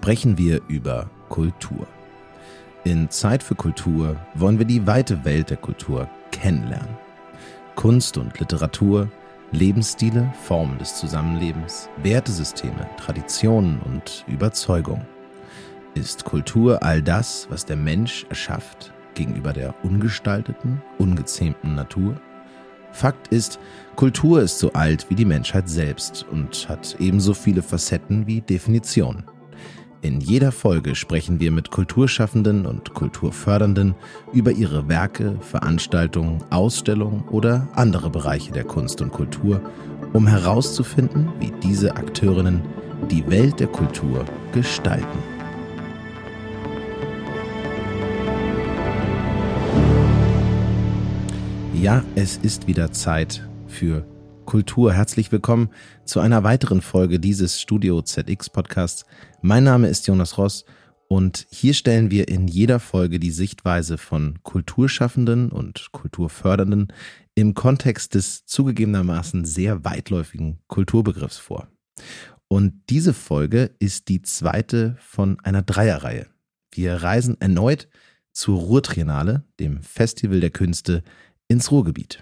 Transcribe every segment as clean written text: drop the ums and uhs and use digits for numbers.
sprechen wir über Kultur. In Zeit für Kultur wollen wir die weite Welt der Kultur kennenlernen. Kunst und Literatur, Lebensstile, Formen des Zusammenlebens, Wertesysteme, Traditionen und Überzeugungen. Ist Kultur all das, was der Mensch erschafft, gegenüber der ungestalteten, ungezähmten Natur? Fakt ist, Kultur ist so alt wie die Menschheit selbst und hat ebenso viele Facetten wie Definitionen. In jeder Folge sprechen wir mit Kulturschaffenden und Kulturfördernden über ihre Werke, Veranstaltungen, Ausstellungen oder andere Bereiche der Kunst und Kultur, um herauszufinden, wie diese Akteurinnen die Welt der Kultur gestalten. Ja, es ist wieder Zeit für Kultur. Herzlich willkommen zu einer weiteren Folge dieses Studio ZX Podcasts. Mein Name ist Jonas Ross und hier stellen wir in jeder Folge die Sichtweise von Kulturschaffenden und Kulturfördernden im Kontext des zugegebenermaßen sehr weitläufigen Kulturbegriffs vor. Und diese Folge ist die zweite von einer Dreierreihe. Wir reisen erneut zur Ruhr-Triennale, dem Festival der Künste, ins Ruhrgebiet.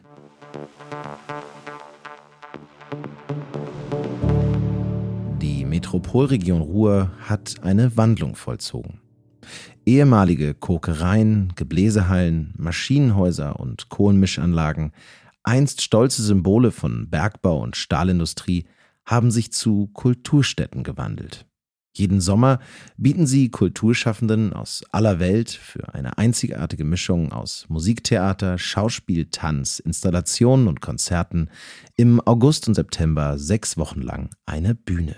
Die Metropolregion Ruhr hat eine Wandlung vollzogen. Ehemalige Kokereien, Gebläsehallen, Maschinenhäuser und Kohlenmischanlagen, einst stolze Symbole von Bergbau und Stahlindustrie, haben sich zu Kulturstätten gewandelt. Jeden Sommer bieten sie Kulturschaffenden aus aller Welt für eine einzigartige Mischung aus Musiktheater, Schauspiel, Tanz, Installationen und Konzerten im August und September 6 Wochen lang eine Bühne.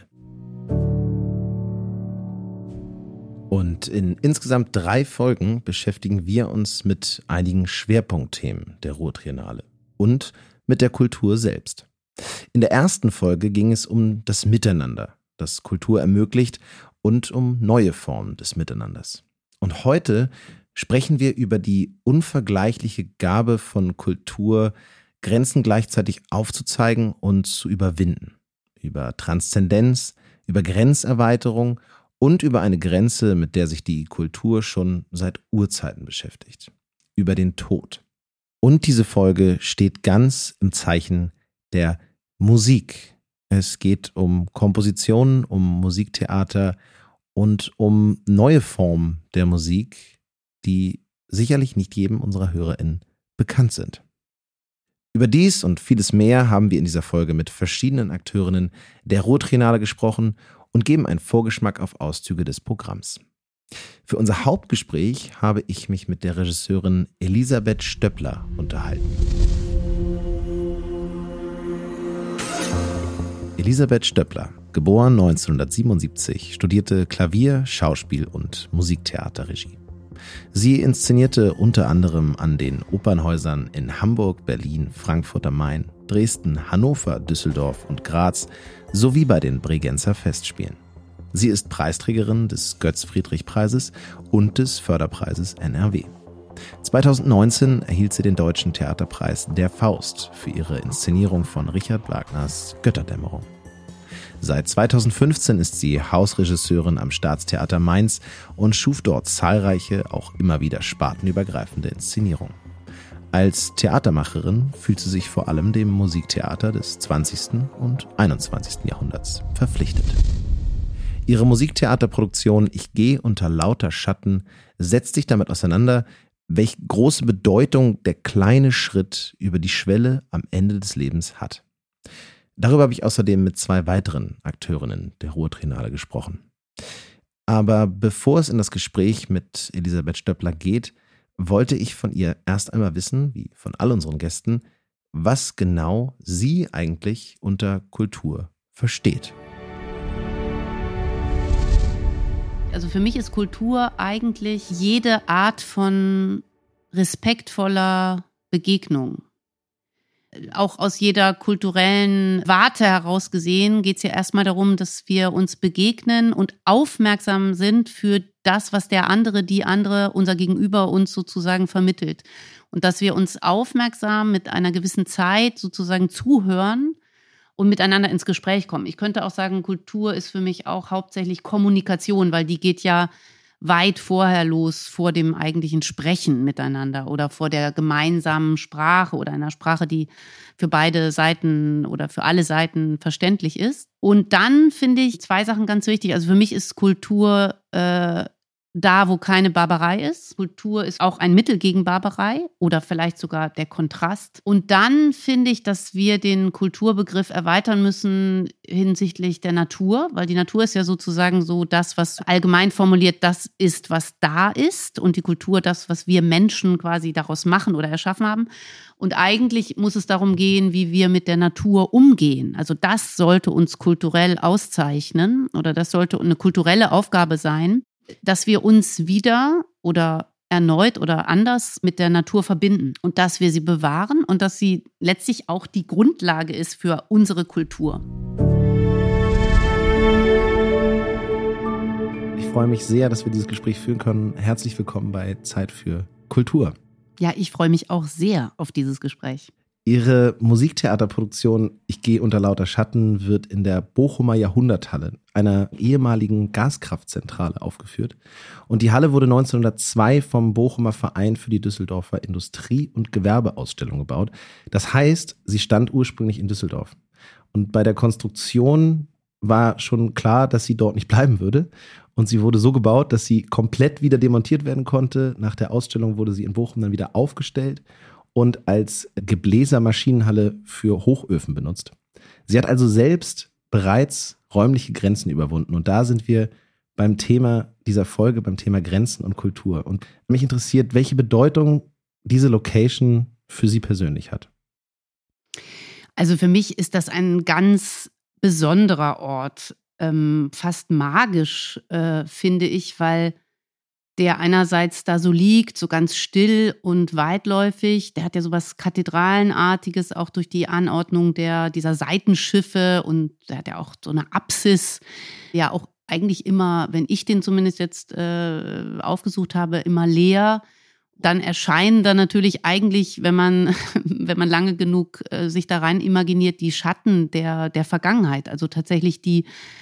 Und in insgesamt 3 Folgen beschäftigen wir uns mit einigen Schwerpunktthemen der Ruhr-Triennale und mit der Kultur selbst. In der ersten Folge ging es um das Miteinander, das Kultur ermöglicht, und um neue Formen des Miteinanders. Und heute sprechen wir über die unvergleichliche Gabe von Kultur, Grenzen gleichzeitig aufzuzeigen und zu überwinden. Über Transzendenz, über Grenzerweiterung und über eine Grenze, mit der sich die Kultur schon seit Urzeiten beschäftigt. Über den Tod. Und diese Folge steht ganz im Zeichen der Musik. Es geht um Kompositionen, um Musiktheater und um neue Formen der Musik, die sicherlich nicht jedem unserer HörerInnen bekannt sind. Über dies und vieles mehr haben wir in dieser Folge mit verschiedenen Akteurinnen der Ruhr-Triennale gesprochen und geben einen Vorgeschmack auf Auszüge des Programms. Für unser Hauptgespräch habe ich mich mit der Regisseurin Elisabeth Stöppler unterhalten. Elisabeth Stöppler, geboren 1977, studierte Klavier, Schauspiel und Musiktheaterregie. Sie inszenierte unter anderem an den Opernhäusern in Hamburg, Berlin, Frankfurt am Main, Dresden, Hannover, Düsseldorf und Graz sowie bei den Bregenzer Festspielen. Sie ist Preisträgerin des Götz-Friedrich-Preises und des Förderpreises NRW. 2019 erhielt sie den Deutschen Theaterpreis Der Faust für ihre Inszenierung von Richard Wagners Götterdämmerung. Seit 2015 ist sie Hausregisseurin am Staatstheater Mainz und schuf dort zahlreiche, auch immer wieder spartenübergreifende Inszenierungen. Als Theatermacherin fühlt sie sich vor allem dem Musiktheater des 20. und 21. Jahrhunderts verpflichtet. Ihre Musiktheaterproduktion Ich gehe unter lauter Schatten setzt sich damit auseinander, welche große Bedeutung der kleine Schritt über die Schwelle am Ende des Lebens hat. Darüber habe ich außerdem mit 2 weiteren Akteurinnen der Ruhr-Triennale gesprochen. Aber bevor es in das Gespräch mit Elisabeth Stöppler geht, wollte ich von ihr erst einmal wissen, wie von all unseren Gästen, was genau sie eigentlich unter Kultur versteht. Also für mich ist Kultur eigentlich jede Art von respektvoller Begegnung. Auch aus jeder kulturellen Warte heraus gesehen geht es ja erstmal darum, dass wir uns begegnen und aufmerksam sind für das, was der andere, die andere, unser Gegenüber uns sozusagen vermittelt. Und dass wir uns aufmerksam mit einer gewissen Zeit sozusagen zuhören und miteinander ins Gespräch kommen. Ich könnte auch sagen, Kultur ist für mich auch hauptsächlich Kommunikation, weil die geht ja weit vorher los, vor dem eigentlichen Sprechen miteinander oder vor der gemeinsamen Sprache oder einer Sprache, die für beide Seiten oder für alle Seiten verständlich ist. Und dann finde ich 2 Sachen ganz wichtig. Also für mich ist Kultur da, wo keine Barbarei ist. Kultur ist auch ein Mittel gegen Barbarei oder vielleicht sogar der Kontrast. Und dann finde ich, dass wir den Kulturbegriff erweitern müssen hinsichtlich der Natur, weil die Natur ist ja sozusagen so das, was allgemein formuliert das ist, was da ist, und die Kultur das, was wir Menschen quasi daraus machen oder erschaffen haben. Und eigentlich muss es darum gehen, wie wir mit der Natur umgehen. Also das sollte uns kulturell auszeichnen oder das sollte eine kulturelle Aufgabe sein, dass wir uns wieder oder erneut oder anders mit der Natur verbinden und dass wir sie bewahren und dass sie letztlich auch die Grundlage ist für unsere Kultur. Ich freue mich sehr, dass wir dieses Gespräch führen können. Herzlich willkommen bei Zeit für Kultur. Ja, ich freue mich auch sehr auf dieses Gespräch. Ihre Musiktheaterproduktion Ich gehe unter lauter Schatten wird in der Bochumer Jahrhunderthalle, einer ehemaligen Gaskraftzentrale, aufgeführt. Und die Halle wurde 1902 vom Bochumer Verein für die Düsseldorfer Industrie- und Gewerbeausstellung gebaut. Das heißt, sie stand ursprünglich in Düsseldorf. Und bei der Konstruktion war schon klar, dass sie dort nicht bleiben würde. Und sie wurde so gebaut, dass sie komplett wieder demontiert werden konnte. Nach der Ausstellung wurde sie in Bochum dann wieder aufgestellt und als Gebläsermaschinenhalle für Hochöfen benutzt. Sie hat also selbst bereits räumliche Grenzen überwunden. Und da sind wir beim Thema dieser Folge, beim Thema Grenzen und Kultur. Und mich interessiert, welche Bedeutung diese Location für Sie persönlich hat. Also für mich ist das ein ganz besonderer Ort, fast magisch, finde ich, weil der einerseits da so liegt, so ganz still und weitläufig. Der hat ja so was Kathedralenartiges, auch durch die Anordnung dieser Seitenschiffe, und der hat ja auch so eine Apsis, ja auch eigentlich immer, wenn ich den zumindest jetzt aufgesucht habe, immer leer. Dann erscheinen da natürlich eigentlich, wenn man lange genug sich da rein imaginiert, die Schatten der Vergangenheit, also tatsächlich die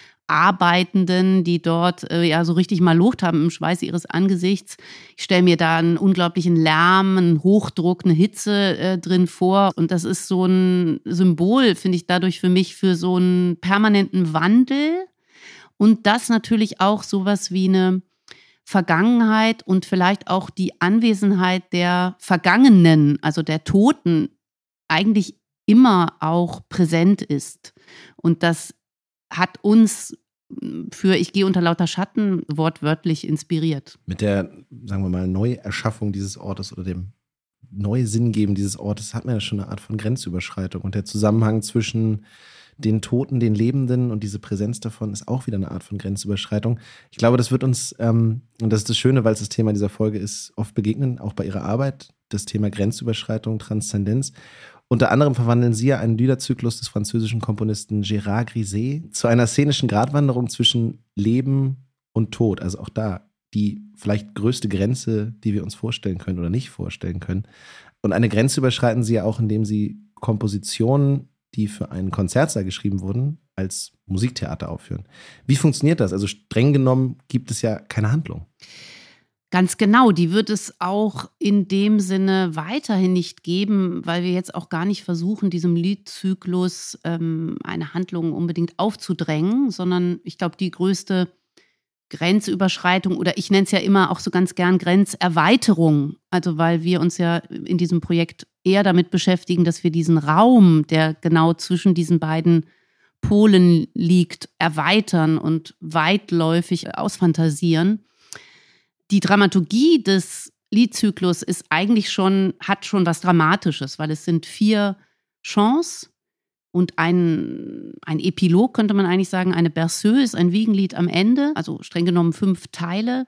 Arbeitenden, die dort ja so richtig malocht haben im Schweiß ihres Angesichts. Ich stelle mir da einen unglaublichen Lärm, einen Hochdruck, eine Hitze drin vor. Und das ist so ein Symbol, finde ich, dadurch für mich für so einen permanenten Wandel. Und das natürlich auch sowas wie eine Vergangenheit und vielleicht auch die Anwesenheit der Vergangenen, also der Toten, eigentlich immer auch präsent ist. Und das hat uns für Ich gehe unter lauter Schatten wortwörtlich inspiriert. Mit der, sagen wir mal, Neuerschaffung dieses Ortes oder dem Neusinngeben dieses Ortes hat man ja schon eine Art von Grenzüberschreitung. Und der Zusammenhang zwischen den Toten, den Lebenden und diese Präsenz davon ist auch wieder eine Art von Grenzüberschreitung. Ich glaube, das wird uns, und das ist das Schöne, weil es das Thema dieser Folge ist, oft begegnen, auch bei Ihrer Arbeit, das Thema Grenzüberschreitung, Transzendenz. Unter anderem verwandeln Sie ja einen Liederzyklus des französischen Komponisten Gérard Griset zu einer szenischen Gratwanderung zwischen Leben und Tod. Also auch da die vielleicht größte Grenze, die wir uns vorstellen können oder nicht vorstellen können. Und eine Grenze überschreiten Sie ja auch, indem Sie Kompositionen, die für einen Konzertsaal geschrieben wurden, als Musiktheater aufführen. Wie funktioniert das? Also streng genommen gibt es ja keine Handlung. Ganz genau, die wird es auch in dem Sinne weiterhin nicht geben, weil wir jetzt auch gar nicht versuchen, diesem Liedzyklus eine Handlung unbedingt aufzudrängen, sondern ich glaube, die größte Grenzüberschreitung, oder ich nenne es ja immer auch so ganz gern Grenzerweiterung, also weil wir uns ja in diesem Projekt eher damit beschäftigen, dass wir diesen Raum, der genau zwischen diesen beiden Polen liegt, erweitern und weitläufig ausfantasieren. Die Dramaturgie des Liedzyklus ist eigentlich hat schon was Dramatisches, weil es sind 4 Chants und ein Epilog, könnte man eigentlich sagen, eine Berceuse, ein Wiegenlied am Ende, also streng genommen 5 Teile,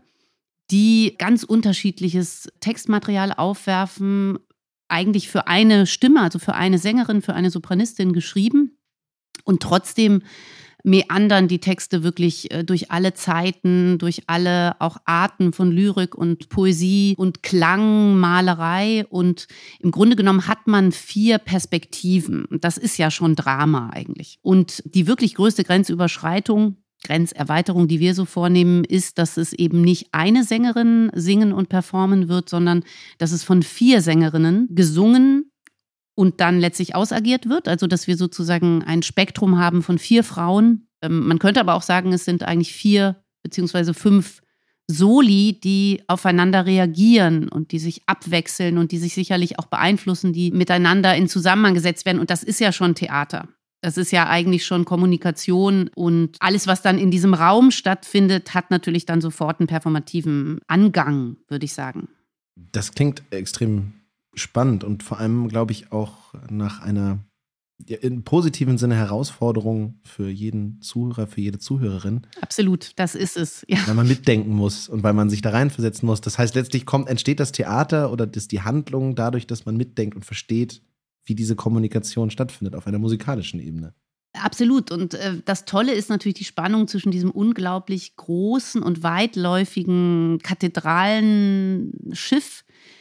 die ganz unterschiedliches Textmaterial aufwerfen, eigentlich für eine Stimme, also für eine Sängerin, für eine Sopranistin geschrieben und trotzdem meandern die Texte wirklich durch alle Zeiten, durch alle auch Arten von Lyrik und Poesie und Klang, Malerei. Und im Grunde genommen hat man 4 Perspektiven. Und das ist ja schon Drama eigentlich. Und die wirklich größte Grenzerweiterung, die wir so vornehmen, ist, dass es eben nicht eine Sängerin singen und performen wird, sondern dass es von 4 Sängerinnen gesungen und dann letztlich ausagiert wird. Also dass wir sozusagen ein Spektrum haben von 4 Frauen. Man könnte aber auch sagen, es sind eigentlich 4 beziehungsweise 5 Soli, die aufeinander reagieren und die sich abwechseln und die sich sicherlich auch beeinflussen, die miteinander in Zusammenhang gesetzt werden. Und das ist ja schon Theater. Das ist ja eigentlich schon Kommunikation und alles, was dann in diesem Raum stattfindet, hat natürlich dann sofort einen performativen Angang, würde ich sagen. Das klingt extrem spannend und vor allem, glaube ich, auch nach einer im positiven Sinne Herausforderung für jeden Zuhörer, für jede Zuhörerin. Absolut, das ist es. Ja. Weil man mitdenken muss und weil man sich da reinversetzen muss. Das heißt, letztlich entsteht das Theater oder die Handlung dadurch, dass man mitdenkt und versteht, wie diese Kommunikation stattfindet auf einer musikalischen Ebene. Absolut. Und das Tolle ist natürlich die Spannung zwischen diesem unglaublich großen und weitläufigen Kathedralenschiff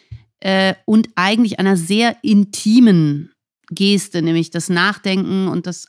und eigentlich einer sehr intimen Geste, nämlich das Nachdenken und das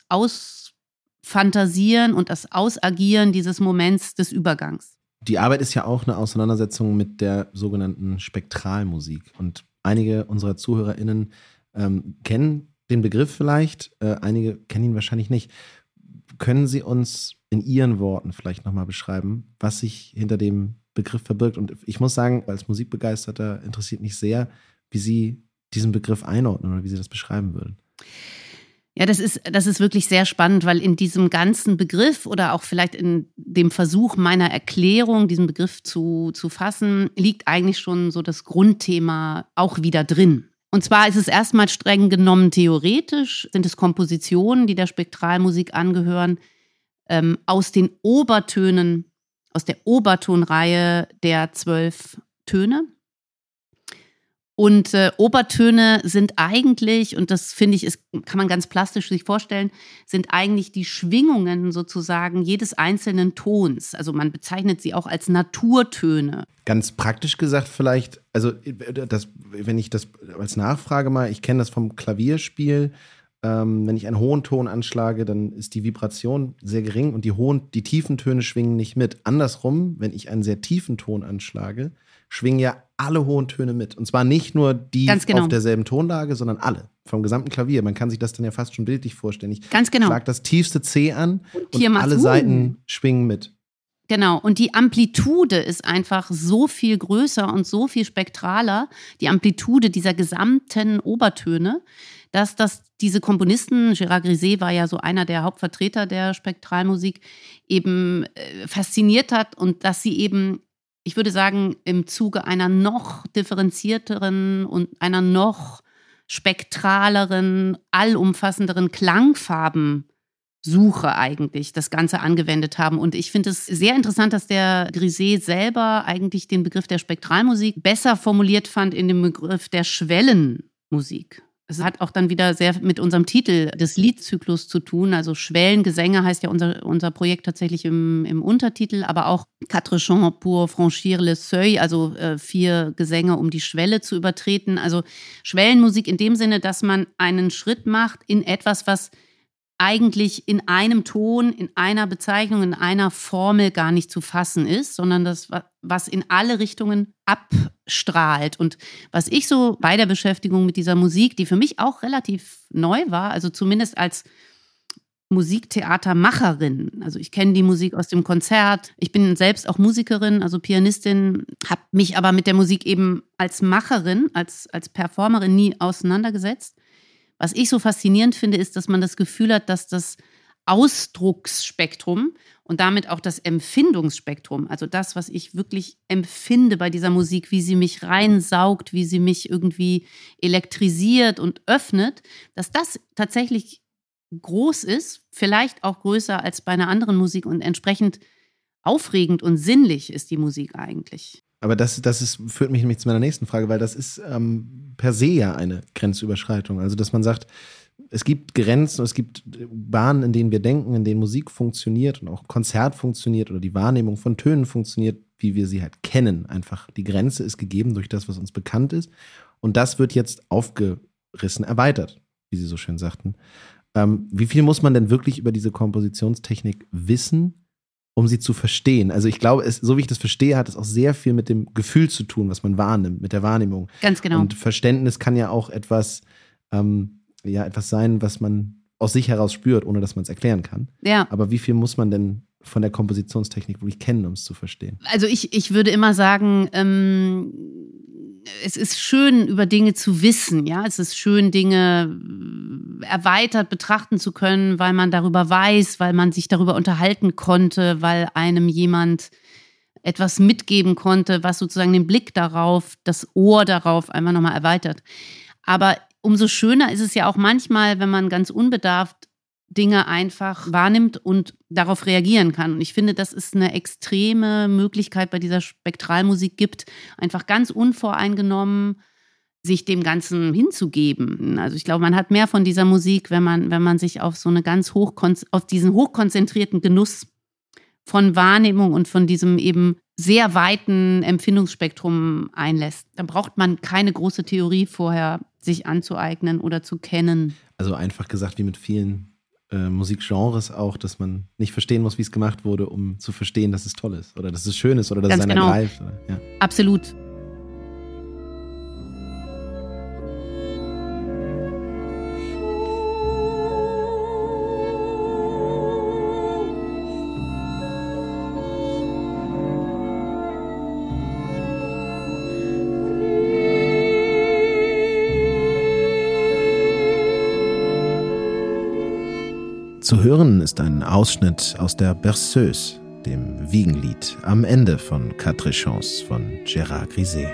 Ausfantasieren und das Ausagieren dieses Moments des Übergangs. Die Arbeit ist ja auch eine Auseinandersetzung mit der sogenannten Spektralmusik. Und einige unserer ZuhörerInnen kennen den Begriff vielleicht, einige kennen ihn wahrscheinlich nicht. Können Sie uns in Ihren Worten vielleicht nochmal beschreiben, was sich hinter dem Begriff verbirgt? Und ich muss sagen, als Musikbegeisterter interessiert mich sehr, wie Sie diesen Begriff einordnen oder wie Sie das beschreiben würden. Ja, das ist wirklich sehr spannend, weil in diesem ganzen Begriff oder auch vielleicht in dem Versuch meiner Erklärung, diesen Begriff zu fassen, liegt eigentlich schon so das Grundthema auch wieder drin. Und zwar ist es erstmal streng genommen theoretisch, sind es Kompositionen, die der Spektralmusik angehören, aus den Obertönen, aus der Obertonreihe der 12 Töne. Und Obertöne sind eigentlich, und das finde ich, kann man ganz plastisch sich vorstellen, sind eigentlich die Schwingungen sozusagen jedes einzelnen Tons. Also man bezeichnet sie auch als Naturtöne. Ganz praktisch gesagt vielleicht, also wenn ich das als Nachfrage mal, ich kenne das vom Klavierspiel, wenn ich einen hohen Ton anschlage, dann ist die Vibration sehr gering und die tiefen Töne schwingen nicht mit. Andersrum, wenn ich einen sehr tiefen Ton anschlage, schwingen ja alle hohen Töne mit. Und zwar nicht nur die auf derselben Tonlage, sondern alle. Vom gesamten Klavier. Man kann sich das dann ja fast schon bildlich vorstellen. Ich schlage das tiefste C an und alle Saiten schwingen mit. Genau, und die Amplitude ist einfach so viel größer und so viel spektraler, die Amplitude dieser gesamten Obertöne, dass diese Komponisten, Gérard Griset war ja so einer der Hauptvertreter der Spektralmusik, eben fasziniert hat und dass sie eben, ich würde sagen, im Zuge einer noch differenzierteren und einer noch spektraleren, allumfassenderen Klangfarbensuche eigentlich das Ganze angewendet haben. Und ich finde es sehr interessant, dass der Griset selber eigentlich den Begriff der Spektralmusik besser formuliert fand in dem Begriff der Schwellenmusik. Es hat auch dann wieder sehr mit unserem Titel des Liedzyklus zu tun. Also Schwellengesänge heißt ja unser Projekt tatsächlich im Untertitel, aber auch Quatre chants pour franchir le seuil, also 4 Gesänge, um die Schwelle zu übertreten. Also Schwellenmusik in dem Sinne, dass man einen Schritt macht in etwas, was eigentlich in einem Ton, in einer Bezeichnung, in einer Formel gar nicht zu fassen ist, sondern das, was in alle Richtungen abstrahlt. Und was ich so bei der Beschäftigung mit dieser Musik, die für mich auch relativ neu war, also zumindest als Musiktheatermacherin, also ich kenne die Musik aus dem Konzert, ich bin selbst auch Musikerin, also Pianistin, habe mich aber mit der Musik eben als Macherin, als Performerin nie auseinandergesetzt. Was ich so faszinierend finde, ist, dass man das Gefühl hat, dass das Ausdrucksspektrum und damit auch das Empfindungsspektrum, also das, was ich wirklich empfinde bei dieser Musik, wie sie mich reinsaugt, wie sie mich irgendwie elektrisiert und öffnet, dass das tatsächlich groß ist, vielleicht auch größer als bei einer anderen Musik und entsprechend aufregend und sinnlich ist die Musik eigentlich. Aber führt mich nämlich zu meiner nächsten Frage, weil das ist per se ja eine Grenzüberschreitung. Also, dass man sagt, es gibt Grenzen, es gibt Bahnen, in denen wir denken, in denen Musik funktioniert und auch Konzert funktioniert oder die Wahrnehmung von Tönen funktioniert, wie wir sie halt kennen. Einfach die Grenze ist gegeben durch das, was uns bekannt ist. Und das wird jetzt aufgerissen, erweitert, wie Sie so schön sagten. Wie viel muss man denn wirklich über diese Kompositionstechnik wissen, um sie zu verstehen? Also ich glaube, so wie ich das verstehe, hat es auch sehr viel mit dem Gefühl zu tun, was man wahrnimmt, mit der Wahrnehmung. Ganz genau. Und Verständnis kann ja auch etwas sein, was man aus sich heraus spürt, ohne dass man es erklären kann. Ja. Aber wie viel muss man denn von der Kompositionstechnik wirklich kennen, um es zu verstehen? Also ich würde immer sagen, es ist schön, über Dinge zu wissen. Ja, es ist schön, Dinge erweitert betrachten zu können, weil man darüber weiß, weil man sich darüber unterhalten konnte, weil einem jemand etwas mitgeben konnte, was sozusagen den Blick darauf, das Ohr darauf einfach nochmal erweitert. Aber umso schöner ist es ja auch manchmal, wenn man ganz unbedarft Dinge einfach wahrnimmt und darauf reagieren kann. Und ich finde, dass es eine extreme Möglichkeit bei dieser Spektralmusik gibt, einfach ganz unvoreingenommen sich dem Ganzen hinzugeben. Also ich glaube, man hat mehr von dieser Musik, wenn man sich auf so eine auf diesen hochkonzentrierten Genuss von Wahrnehmung und von diesem eben sehr weiten Empfindungsspektrum einlässt. Da braucht man keine große Theorie vorher sich anzueignen oder zu kennen. Also einfach gesagt, wie mit vielen Musikgenres auch, dass man nicht verstehen muss, wie es gemacht wurde, um zu verstehen, dass es toll ist oder dass es schön ist oder dass es einen ergreift. Ja. Absolut. Zu hören ist ein Ausschnitt aus der Berceuse, dem Wiegenlied am Ende von Quatre Chants von Gérard Griset.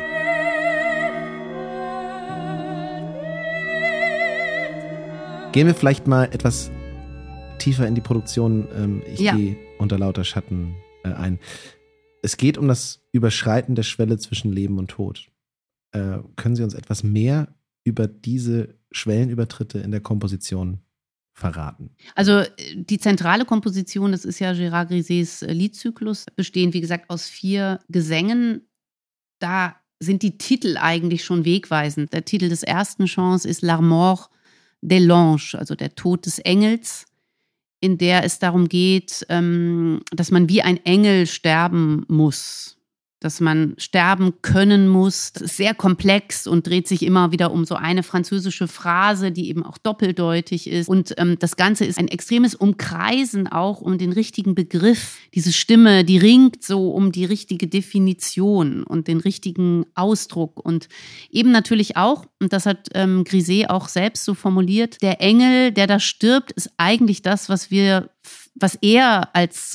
Gehen wir vielleicht mal etwas tiefer in die Produktion. Ich gehe unter lauter Schatten ein. Es geht um das Überschreiten der Schwelle zwischen Leben und Tod. Können Sie uns etwas mehr über diese Schwellenübertritte in der Komposition verraten? Also die zentrale Komposition, das ist ja Gérard Grisets Liedzyklus, bestehend, wie gesagt, aus 4 Gesängen. Da sind die Titel eigentlich schon wegweisend. Der Titel des ersten Chants ist La mort de l'ange, also der Tod des Engels, in der es darum geht, dass man wie ein Engel sterben muss. Dass man sterben können muss. Das ist sehr komplex und dreht sich immer wieder um so eine französische Phrase, die eben auch doppeldeutig ist. Und das Ganze ist ein extremes Umkreisen auch um den richtigen Begriff. Diese Stimme, die ringt so um die richtige Definition und den richtigen Ausdruck. Und eben natürlich auch, und das hat Griset auch selbst so formuliert, der Engel, der da stirbt, ist eigentlich das, was er als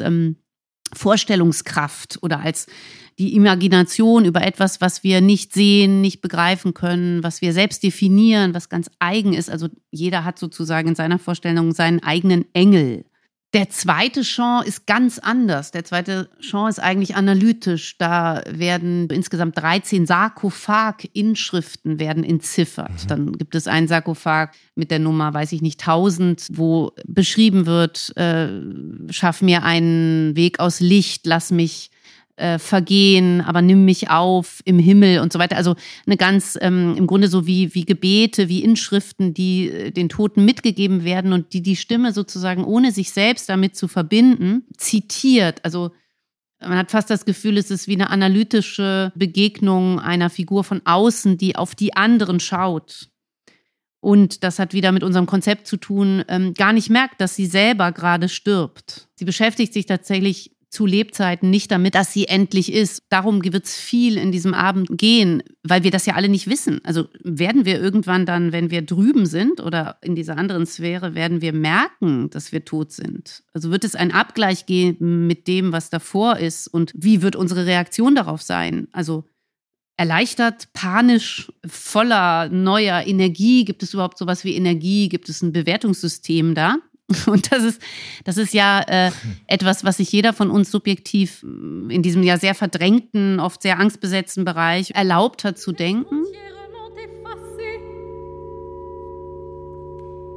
Vorstellungskraft oder als die Imagination über etwas, was wir nicht sehen, nicht begreifen können, was wir selbst definieren, was ganz eigen ist. Also jeder hat sozusagen in seiner Vorstellung seinen eigenen Engel. Der zweite Chant ist ganz anders. Der zweite Chant ist eigentlich analytisch. Da werden insgesamt 13 Sarkophag-Inschriften werden entziffert. Dann gibt es einen Sarkophag mit der Nummer, weiß ich nicht, 1000, wo beschrieben wird, schaff mir einen Weg aus Licht, lass mich vergehen, aber nimm mich auf im Himmel und so weiter. Also eine ganz, im Grunde so wie Gebete, wie Inschriften, die den Toten mitgegeben werden und die Stimme sozusagen, ohne sich selbst damit zu verbinden, zitiert. Also man hat fast das Gefühl, es ist wie eine analytische Begegnung einer Figur von außen, die auf die anderen schaut. Und das hat wieder mit unserem Konzept zu tun, gar nicht merkt, dass sie selber gerade stirbt. Sie beschäftigt sich tatsächlich zu Lebzeiten nicht damit, dass sie endlich ist. Darum wird es viel in diesem Abend gehen, weil wir das ja alle nicht wissen. Also werden wir irgendwann dann, wenn wir drüben sind oder in dieser anderen Sphäre, werden wir merken, dass wir tot sind. Also wird es einen Abgleich geben mit dem, was davor ist und wie wird unsere Reaktion darauf sein? Also erleichtert, panisch, voller neuer Energie. Gibt es überhaupt sowas wie Energie? Gibt es ein Bewertungssystem da? Und das ist ja etwas, was sich jeder von uns subjektiv in diesem ja sehr verdrängten, oft sehr angstbesetzten Bereich erlaubt hat zu denken.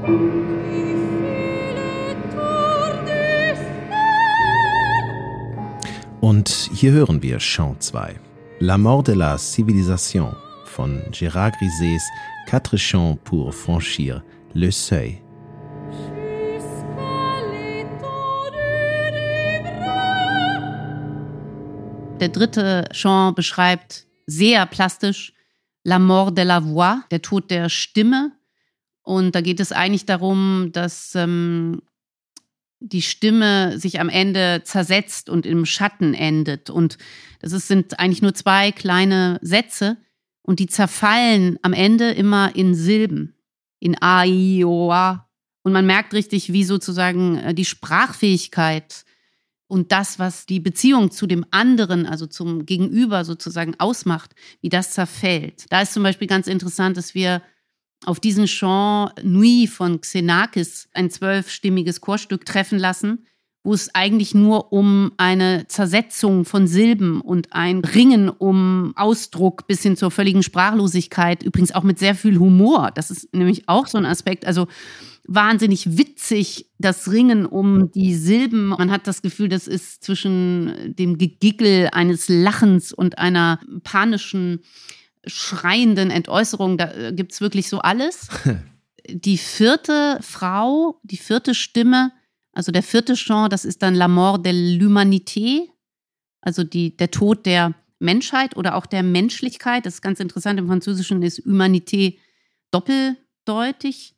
Und hier hören wir Chant 2, La mort de la civilisation von Gérard Grisets Quatre chants pour franchir le seuil. Der dritte Chant beschreibt sehr plastisch La mort de la voix, der Tod der Stimme. Und da geht es eigentlich darum, dass die Stimme sich am Ende zersetzt und im Schatten endet. Und sind eigentlich nur 2 kleine Sätze und die zerfallen am Ende immer in Silben, in A, I, O, A. Und man merkt richtig, wie sozusagen die Sprachfähigkeit und das, was die Beziehung zu dem anderen, also zum Gegenüber sozusagen ausmacht, wie das zerfällt. Da ist zum Beispiel ganz interessant, dass wir auf diesen Chant Nuit von Xenakis ein 12-stimmiges Chorstück treffen lassen, wo es eigentlich nur um eine Zersetzung von Silben und ein Ringen um Ausdruck bis hin zur völligen Sprachlosigkeit, übrigens auch mit sehr viel Humor. Das ist nämlich auch so ein Aspekt, also wahnsinnig witzig, das Ringen um die Silben. Man hat das Gefühl, das ist zwischen dem Gegickel eines Lachens und einer panischen schreienden Entäußerung, da gibt es wirklich so alles. Die 4. Frau, die 4. Stimme, also der 4. Chant, das ist dann La mort de l'humanité, also der Tod der Menschheit oder auch der Menschlichkeit. Das ist ganz interessant, im Französischen ist Humanité doppeldeutig.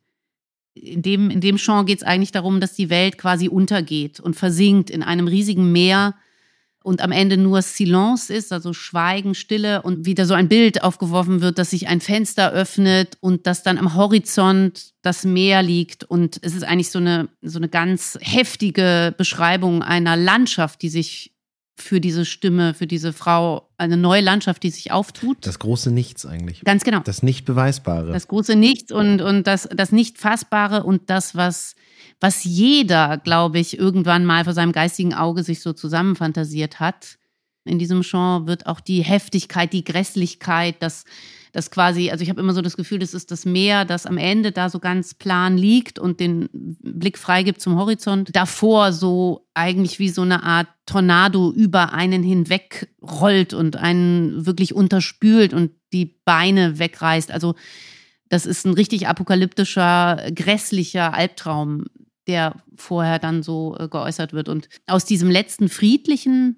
In dem Chant geht es eigentlich darum, dass die Welt quasi untergeht und versinkt in einem riesigen Meer und am Ende nur Silence ist, also Schweigen, Stille und wieder so ein Bild aufgeworfen wird, dass sich ein Fenster öffnet und dass dann am Horizont das Meer liegt. Und es ist eigentlich so eine ganz heftige Beschreibung einer Landschaft, die sich für diese Stimme, für diese Frau, eine neue Landschaft, die sich auftut. Das große Nichts eigentlich. Ganz genau. Das Nicht-Beweisbare. Das große Nichts und das Nicht-Fassbare und das, was jeder, glaube ich, irgendwann mal vor seinem geistigen Auge sich so zusammenfantasiert hat. In diesem Chant wird auch die Heftigkeit, die Grässlichkeit, das quasi, also ich habe immer so das Gefühl, das ist das Meer, das am Ende da so ganz plan liegt und den Blick freigibt zum Horizont. Davor so eigentlich wie so eine Art Tornado über einen hinweg rollt und einen wirklich unterspült und die Beine wegreißt. Also das ist ein richtig apokalyptischer, grässlicher Albtraum, der vorher dann so geäußert wird. Und aus dieser friedlichen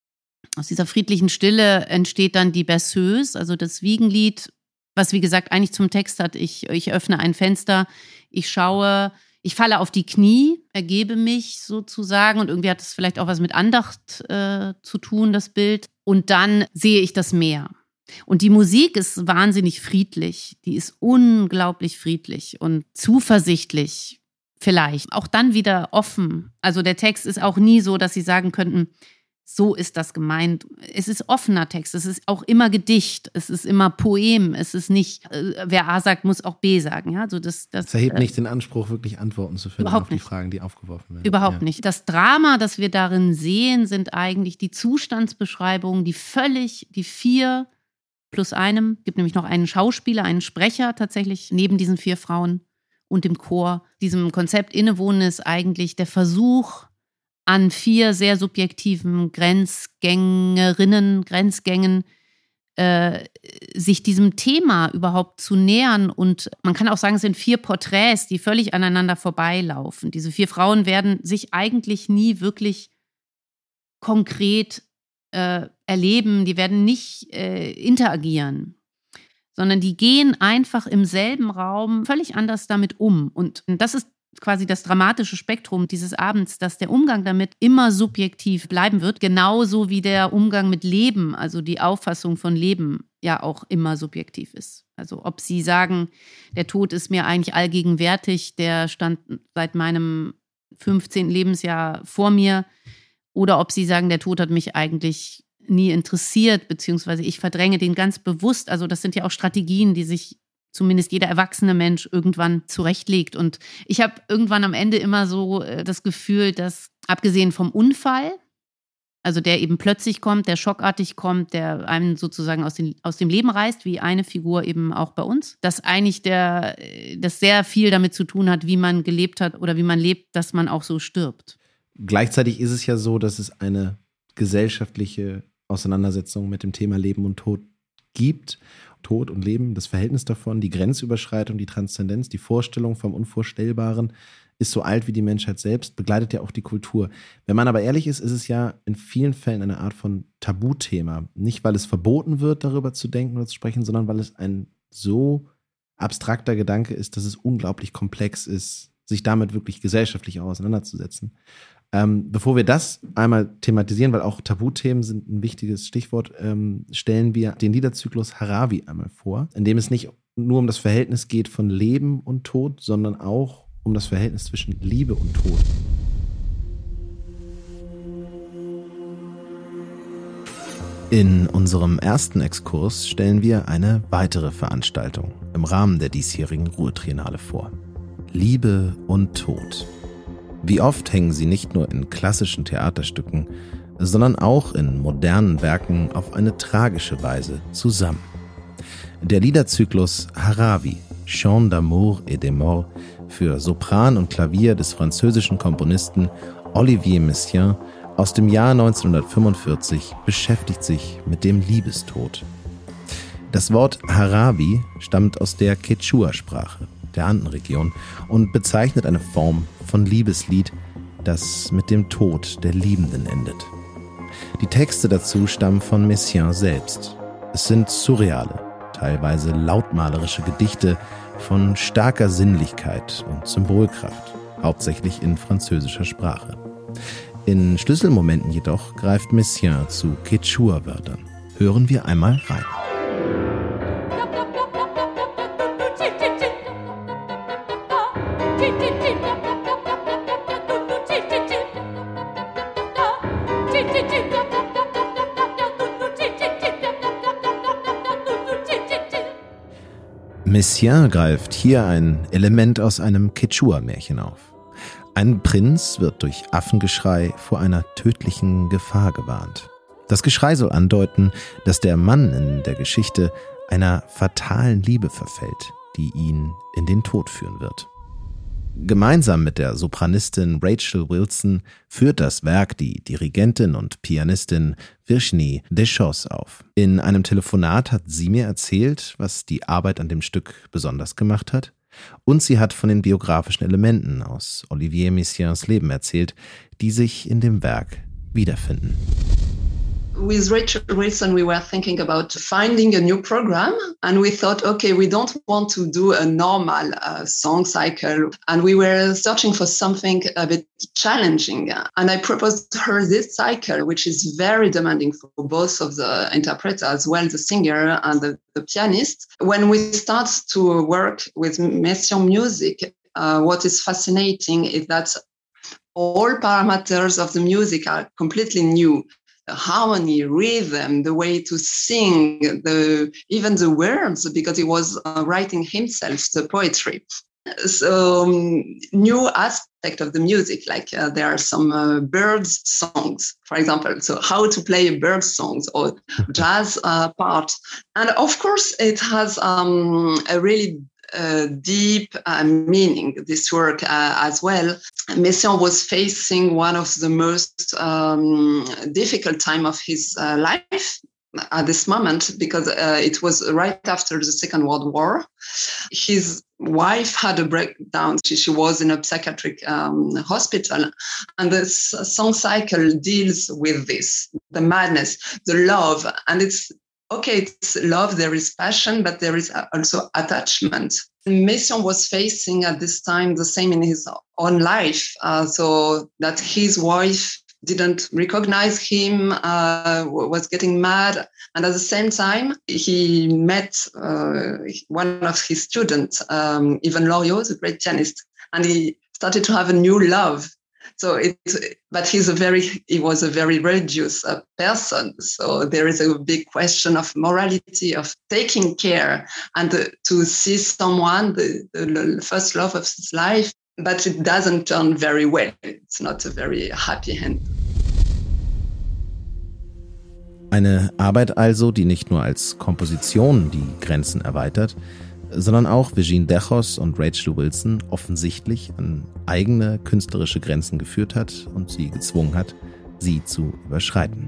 Stille entsteht dann die Berceuse, also das Wiegenlied, was wie gesagt eigentlich zum Text hat, ich öffne ein Fenster, ich schaue, ich falle auf die Knie, ergebe mich sozusagen und irgendwie hat es vielleicht auch was mit Andacht zu tun, das Bild. Und dann sehe ich das Meer. Und die Musik ist wahnsinnig friedlich, die ist unglaublich friedlich und zuversichtlich vielleicht. Auch dann wieder offen. Also der Text ist auch nie so, dass Sie sagen könnten, so ist das gemeint. Es ist offener Text, es ist auch immer Gedicht, es ist immer Poem, es ist nicht, wer A sagt, muss auch B sagen. Ja, also das erhebt nicht den Anspruch, wirklich Antworten zu finden auf die Fragen, die aufgeworfen werden. Überhaupt nicht. Das Drama, das wir darin sehen, sind eigentlich die Zustandsbeschreibungen, die 4 plus einem, gibt nämlich noch einen Schauspieler, einen Sprecher tatsächlich neben diesen 4 Frauen und dem Chor. Diesem Konzept innewohnen ist eigentlich der Versuch, an 4 sehr subjektiven Grenzgängerinnen, Grenzgängen, sich diesem Thema überhaupt zu nähern. Und man kann auch sagen, es sind 4 Porträts, die völlig aneinander vorbeilaufen. Diese 4 Frauen werden sich eigentlich nie wirklich konkret erleben, die werden nicht interagieren, sondern die gehen einfach im selben Raum völlig anders damit um. Und das ist quasi das dramatische Spektrum dieses Abends, dass der Umgang damit immer subjektiv bleiben wird, genauso wie der Umgang mit Leben, also die Auffassung von Leben ja auch immer subjektiv ist. Also ob Sie sagen, der Tod ist mir eigentlich allgegenwärtig, der stand seit meinem 15. Lebensjahr vor mir, oder ob Sie sagen, der Tod hat mich eigentlich nie interessiert, beziehungsweise ich verdränge den ganz bewusst. Also das sind ja auch Strategien, die sich zumindest jeder erwachsene Mensch irgendwann zurechtlegt. Und ich habe irgendwann am Ende immer so das Gefühl, dass abgesehen vom Unfall, Also der eben plötzlich kommt, der schockartig kommt, der einem sozusagen aus dem Leben reißt, wie eine Figur eben auch bei uns. Dass eigentlich das sehr viel damit zu tun hat, wie man gelebt hat oder wie man lebt, dass man auch so stirbt. Gleichzeitig ist es ja so, dass es eine gesellschaftliche Auseinandersetzung mit dem Thema Leben und Tod gibt. Tod und Leben, das Verhältnis davon, die Grenzüberschreitung, die Transzendenz, die Vorstellung vom Unvorstellbaren ist so alt wie die Menschheit selbst, begleitet ja auch die Kultur. Wenn man aber ehrlich ist, ist es ja in vielen Fällen eine Art von Tabuthema. Nicht, weil es verboten wird, darüber zu denken oder zu sprechen, sondern weil es ein so abstrakter Gedanke ist, dass es unglaublich komplex ist, sich damit wirklich gesellschaftlich auseinanderzusetzen. Bevor wir das einmal thematisieren, weil auch Tabuthemen sind ein wichtiges Stichwort, stellen wir den Liederzyklus Harawi einmal vor, in dem es nicht nur um das Verhältnis geht von Leben und Tod, sondern auch um das Verhältnis zwischen Liebe und Tod. In unserem ersten Exkurs stellen wir eine weitere Veranstaltung im Rahmen der diesjährigen Ruhr-Triennale vor. Liebe und Tod. Wie oft hängen sie nicht nur in klassischen Theaterstücken, sondern auch in modernen Werken auf eine tragische Weise zusammen. Der Liederzyklus Harawi, Chants d'amour et de mort, für Sopran und Klavier des französischen Komponisten Olivier Messiaen aus dem Jahr 1945 beschäftigt sich mit dem Liebestod. Das Wort Harawi stammt aus der Quechua-Sprache der Andenregion und bezeichnet eine Form von Liebeslied, das mit dem Tod der Liebenden endet. Die Texte dazu stammen von Messiaen selbst. Es sind surreale, teilweise lautmalerische Gedichte von starker Sinnlichkeit und Symbolkraft, hauptsächlich in französischer Sprache. In Schlüsselmomenten jedoch greift Messiaen zu Quechua-Wörtern. Hören wir einmal rein. Messiaen greift hier ein Element aus einem Quechua-Märchen auf. Ein Prinz wird durch Affengeschrei vor einer tödlichen Gefahr gewarnt. Das Geschrei soll andeuten, dass der Mann in der Geschichte einer fatalen Liebe verfällt, die ihn in den Tod führen wird. Gemeinsam mit der Sopranistin Rachel Wilson führt das Werk die Dirigentin und Pianistin Virginie Deschamps auf. In einem Telefonat hat sie mir erzählt, was die Arbeit an dem Stück besonders gemacht hat. Und sie hat von den biografischen Elementen aus Olivier Messiaens Leben erzählt, die sich in dem Werk wiederfinden. With Rachel Wilson, we were thinking about finding a new program, and we thought, okay, we don't want to do a normal song cycle, and we were searching for something a bit challenging. And I proposed her this cycle, which is very demanding for both of the interpreters, as well the singer and the pianist. When we start to work with Messiaen music, what is fascinating is that all parameters of the music are completely new. The harmony, rhythm, the way to sing, even the words, because he was writing himself the poetry. So new aspect of the music, like there are some birds songs, for example. So how to play a bird songs or jazz part. And of course, it has a really deep meaning, this work as well. Messiaen was facing one of the most difficult time of his life at this moment, because it was right after the Second World War. His wife had a breakdown. She was in a psychiatric hospital, and this song cycle deals with this, the madness, the love, and it's love, there is passion, but there is also attachment. Messiaen was facing at this time the same in his own life, so that his wife didn't recognize him, was getting mad. And at the same time, he met one of his students, Ivan Loriot, the great pianist, and he started to have a new love. So but he was a very religious person. So there is a big question of morality, of taking care, and to see someone, the first love of his life, but it doesn't turn very well. It's not a very happy end. Eine Arbeit also, die nicht nur als Komposition die Grenzen erweitert, sondern auch Virginie Despentes und Rachel Wilson offensichtlich an eigene künstlerische Grenzen geführt hat und sie gezwungen hat, sie zu überschreiten.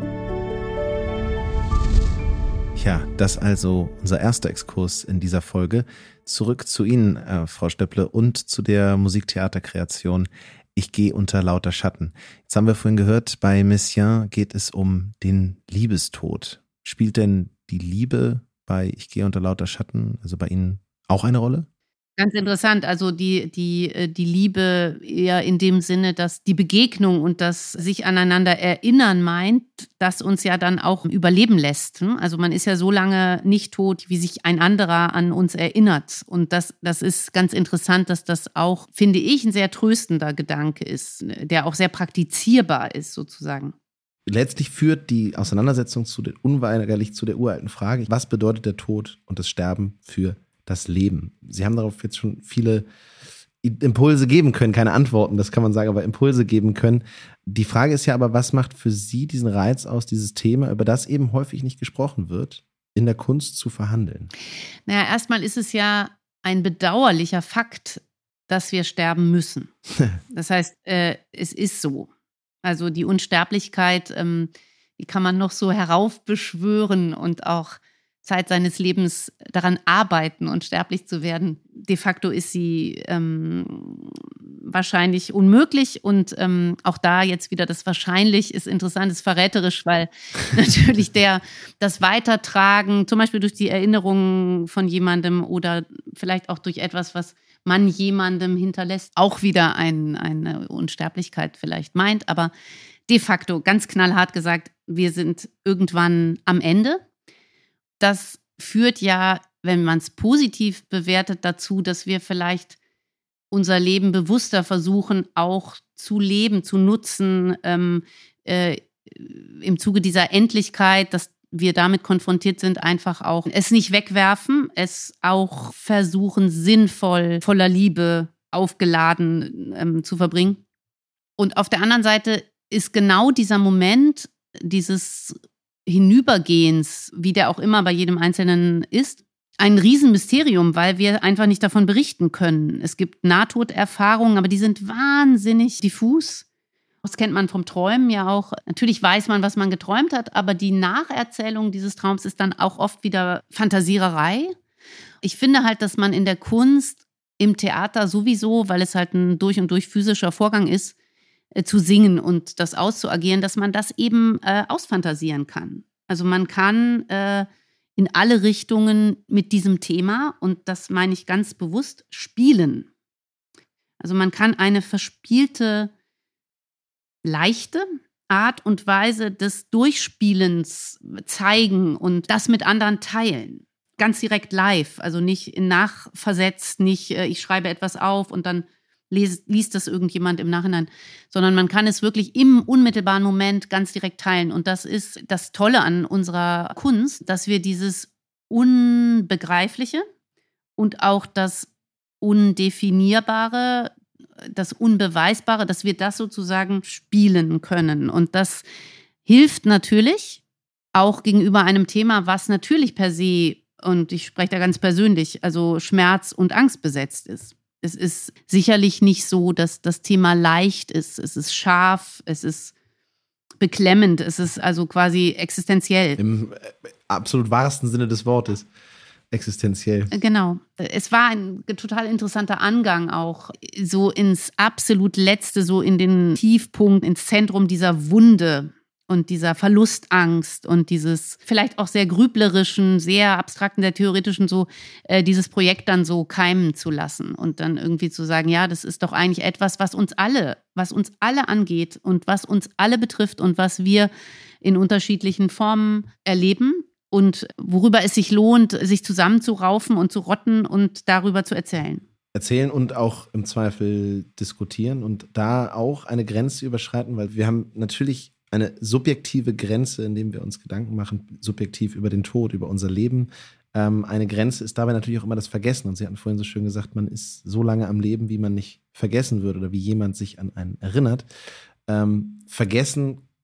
Ja, das also unser erster Exkurs in dieser Folge. Zurück zu Ihnen, Frau Stöpple, und zu der Musiktheaterkreation Ich gehe unter lauter Schatten. Jetzt haben wir vorhin gehört, bei Messiaen geht es um den Liebestod. Spielt denn die Liebe bei Ich gehe unter lauter Schatten, also bei Ihnen, auch eine Rolle? Ganz interessant, also die Liebe eher in dem Sinne, dass die Begegnung und das sich aneinander erinnern meint, das uns ja dann auch überleben lässt. Also man ist ja so lange nicht tot, wie sich ein anderer an uns erinnert. Und das ist ganz interessant, dass das auch, finde ich, ein sehr tröstender Gedanke ist, der auch sehr praktizierbar ist sozusagen. Letztlich führt die Auseinandersetzung unweigerlich zu der uralten Frage, was bedeutet der Tod und das Sterben für das Leben? Sie haben darauf jetzt schon viele Impulse geben können, keine Antworten, das kann man sagen, aber Impulse geben können. Die Frage ist ja aber, was macht für Sie diesen Reiz aus, dieses Thema, über das eben häufig nicht gesprochen wird, in der Kunst zu verhandeln? Naja, erstmal ist es ja ein bedauerlicher Fakt, dass wir sterben müssen. Das heißt, es ist so. Also die Unsterblichkeit, die kann man noch so heraufbeschwören und auch Zeit seines Lebens daran arbeiten, unsterblich zu werden. De facto ist sie wahrscheinlich unmöglich und auch da jetzt wieder das wahrscheinlich ist interessant, ist verräterisch, weil natürlich das Weitertragen, zum Beispiel durch die Erinnerungen von jemandem oder vielleicht auch durch etwas, was man jemandem hinterlässt, auch wieder eine Unsterblichkeit vielleicht meint, aber de facto, ganz knallhart gesagt, wir sind irgendwann am Ende. Das führt ja, wenn man es positiv bewertet, dazu, dass wir vielleicht unser Leben bewusster versuchen, auch zu leben, zu nutzen, im Zuge dieser Endlichkeit, dass wir damit konfrontiert sind, einfach auch es nicht wegwerfen, es auch versuchen, sinnvoll, voller Liebe, aufgeladen zu verbringen. Und auf der anderen Seite ist genau dieser Moment, dieses Hinübergehens, wie der auch immer bei jedem Einzelnen ist, ein Riesenmysterium, weil wir einfach nicht davon berichten können. Es gibt Nahtoderfahrungen, aber die sind wahnsinnig diffus. Das kennt man vom Träumen ja auch. Natürlich weiß man, was man geträumt hat, aber die Nacherzählung dieses Traums ist dann auch oft wieder Fantasiererei. Ich finde halt, dass man in der Kunst, im Theater sowieso, weil es halt ein durch und durch physischer Vorgang ist, zu singen und das auszuagieren, dass man das eben ausfantasieren kann. Also man kann in alle Richtungen mit diesem Thema, und das meine ich ganz bewusst, spielen. Also man kann eine verspielte, leichte Art und Weise des Durchspielens zeigen und das mit anderen teilen. Ganz direkt live, also nicht in nachversetzt, nicht ich schreibe etwas auf und dann liest das irgendjemand im Nachhinein, sondern man kann es wirklich im unmittelbaren Moment ganz direkt teilen. Und das ist das Tolle an unserer Kunst, dass wir dieses Unbegreifliche und auch das Undefinierbare, das Unbeweisbare, dass wir das sozusagen spielen können. Und das hilft natürlich auch gegenüber einem Thema, was natürlich per se, und ich spreche da ganz persönlich, also Schmerz und Angst besetzt ist. Es ist sicherlich nicht so, dass das Thema leicht ist. Es ist scharf, es ist beklemmend, es ist also quasi existenziell. Im absolut wahrsten Sinne des Wortes. Existenziell. Genau. Es war ein total interessanter Angang auch, so ins absolut Letzte, so in den Tiefpunkt, ins Zentrum dieser Wunde und dieser Verlustangst und dieses vielleicht auch sehr grüblerischen, sehr abstrakten, sehr theoretischen, so dieses Projekt dann so keimen zu lassen und dann irgendwie zu sagen, ja, das ist doch eigentlich etwas, was uns alle angeht und was uns alle betrifft und was wir in unterschiedlichen Formen erleben und worüber es sich lohnt, sich zusammenzuraufen und zu rotten und darüber zu erzählen. Erzählen und auch im Zweifel diskutieren und da auch eine Grenze überschreiten, weil wir haben natürlich eine subjektive Grenze, in dem wir uns Gedanken machen, subjektiv über den Tod, über unser Leben. Eine Grenze ist dabei natürlich auch immer das Vergessen. Und Sie hatten vorhin so schön gesagt, man ist so lange am Leben, wie man nicht vergessen wird oder wie jemand sich an einen erinnert. Vergessen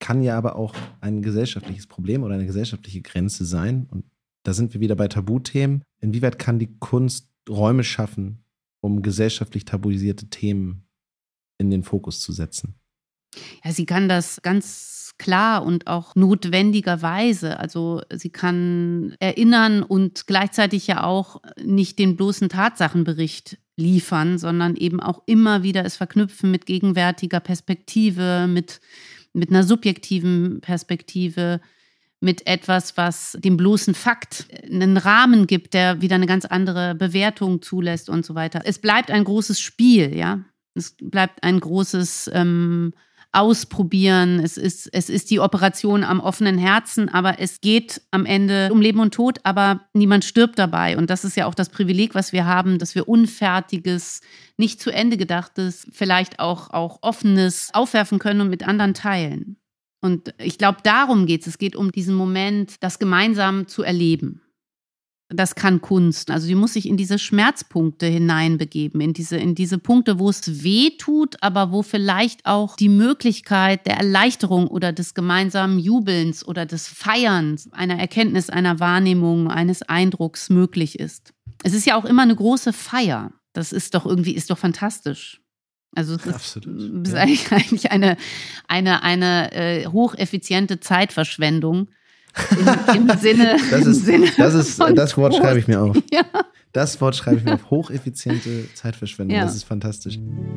kann ja aber auch ein gesellschaftliches Problem oder eine gesellschaftliche Grenze sein. Und da sind wir wieder bei Tabuthemen. Inwieweit kann die Kunst Räume schaffen, um gesellschaftlich tabuisierte Themen in den Fokus zu setzen? Ja, sie kann das ganz klar und auch notwendigerweise. Also sie kann erinnern und gleichzeitig ja auch nicht den bloßen Tatsachenbericht liefern, sondern eben auch immer wieder es verknüpfen mit gegenwärtiger Perspektive, mit einer subjektiven Perspektive, mit etwas, was dem bloßen Fakt einen Rahmen gibt, der wieder eine ganz andere Bewertung zulässt und so weiter. Es bleibt ein großes Spiel, ja. Es bleibt ein großes Ausprobieren. Es ist die Operation am offenen Herzen, aber es geht am Ende um Leben und Tod, aber niemand stirbt dabei. Und das ist ja auch das Privileg, was wir haben, dass wir Unfertiges, nicht zu Ende Gedachtes, vielleicht auch Offenes aufwerfen können und mit anderen teilen. Und ich glaube, darum geht es. Es geht um diesen Moment, das gemeinsam zu erleben. Das kann Kunst. Also sie muss sich in diese Schmerzpunkte hineinbegeben, in diese Punkte, wo es weh tut, aber wo vielleicht auch die Möglichkeit der Erleichterung oder des gemeinsamen Jubelns oder des Feierns, einer Erkenntnis, einer Wahrnehmung, eines Eindrucks möglich ist. Es ist ja auch immer eine große Feier. Das ist doch fantastisch. Also es ist eigentlich eine hocheffiziente Zeitverschwendung. Im Sinne. Das Wort schreibe ich mir auf. Ja. Das Wort schreibe ich mir auf. Hocheffiziente Zeitverschwendung. Ja. Das ist fantastisch.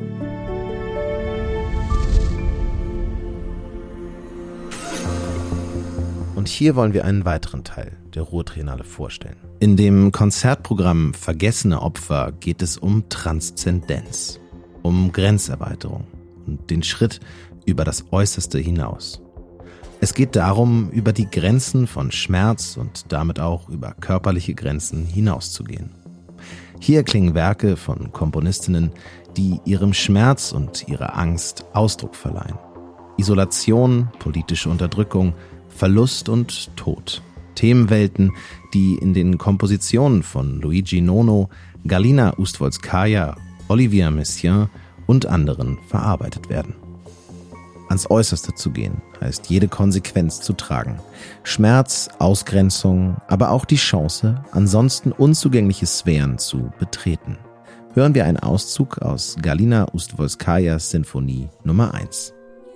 Und hier wollen wir einen weiteren Teil der Ruhr-Triennale vorstellen. In dem Konzertprogramm Vergessene Opfer geht es um Transzendenz, um Grenzerweiterung und den Schritt über das Äußerste hinaus. Es geht darum, über die Grenzen von Schmerz und damit auch über körperliche Grenzen hinauszugehen. Hier klingen Werke von Komponistinnen, die ihrem Schmerz und ihrer Angst Ausdruck verleihen. Isolation, politische Unterdrückung, Verlust und Tod. Themenwelten, die in den Kompositionen von Luigi Nono, Galina Ustwolskaja, Olivier Messiaen und anderen verarbeitet werden. Ans Äußerste zu gehen, heißt jede Konsequenz zu tragen. Schmerz, Ausgrenzung, aber auch die Chance, ansonsten unzugängliche Sphären zu betreten. Hören wir einen Auszug aus Galina Ustwolskajas Sinfonie Nummer 1.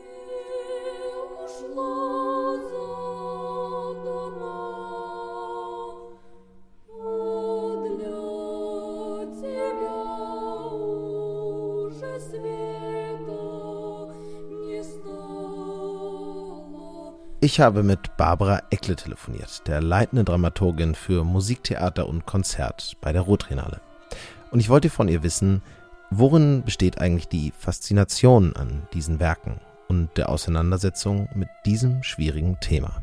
Ich habe mit Barbara Eckle telefoniert, der leitenden Dramaturgin für Musiktheater und Konzert bei der Ruhr-Triennale. Und ich wollte von ihr wissen, worin besteht eigentlich die Faszination an diesen Werken und der Auseinandersetzung mit diesem schwierigen Thema.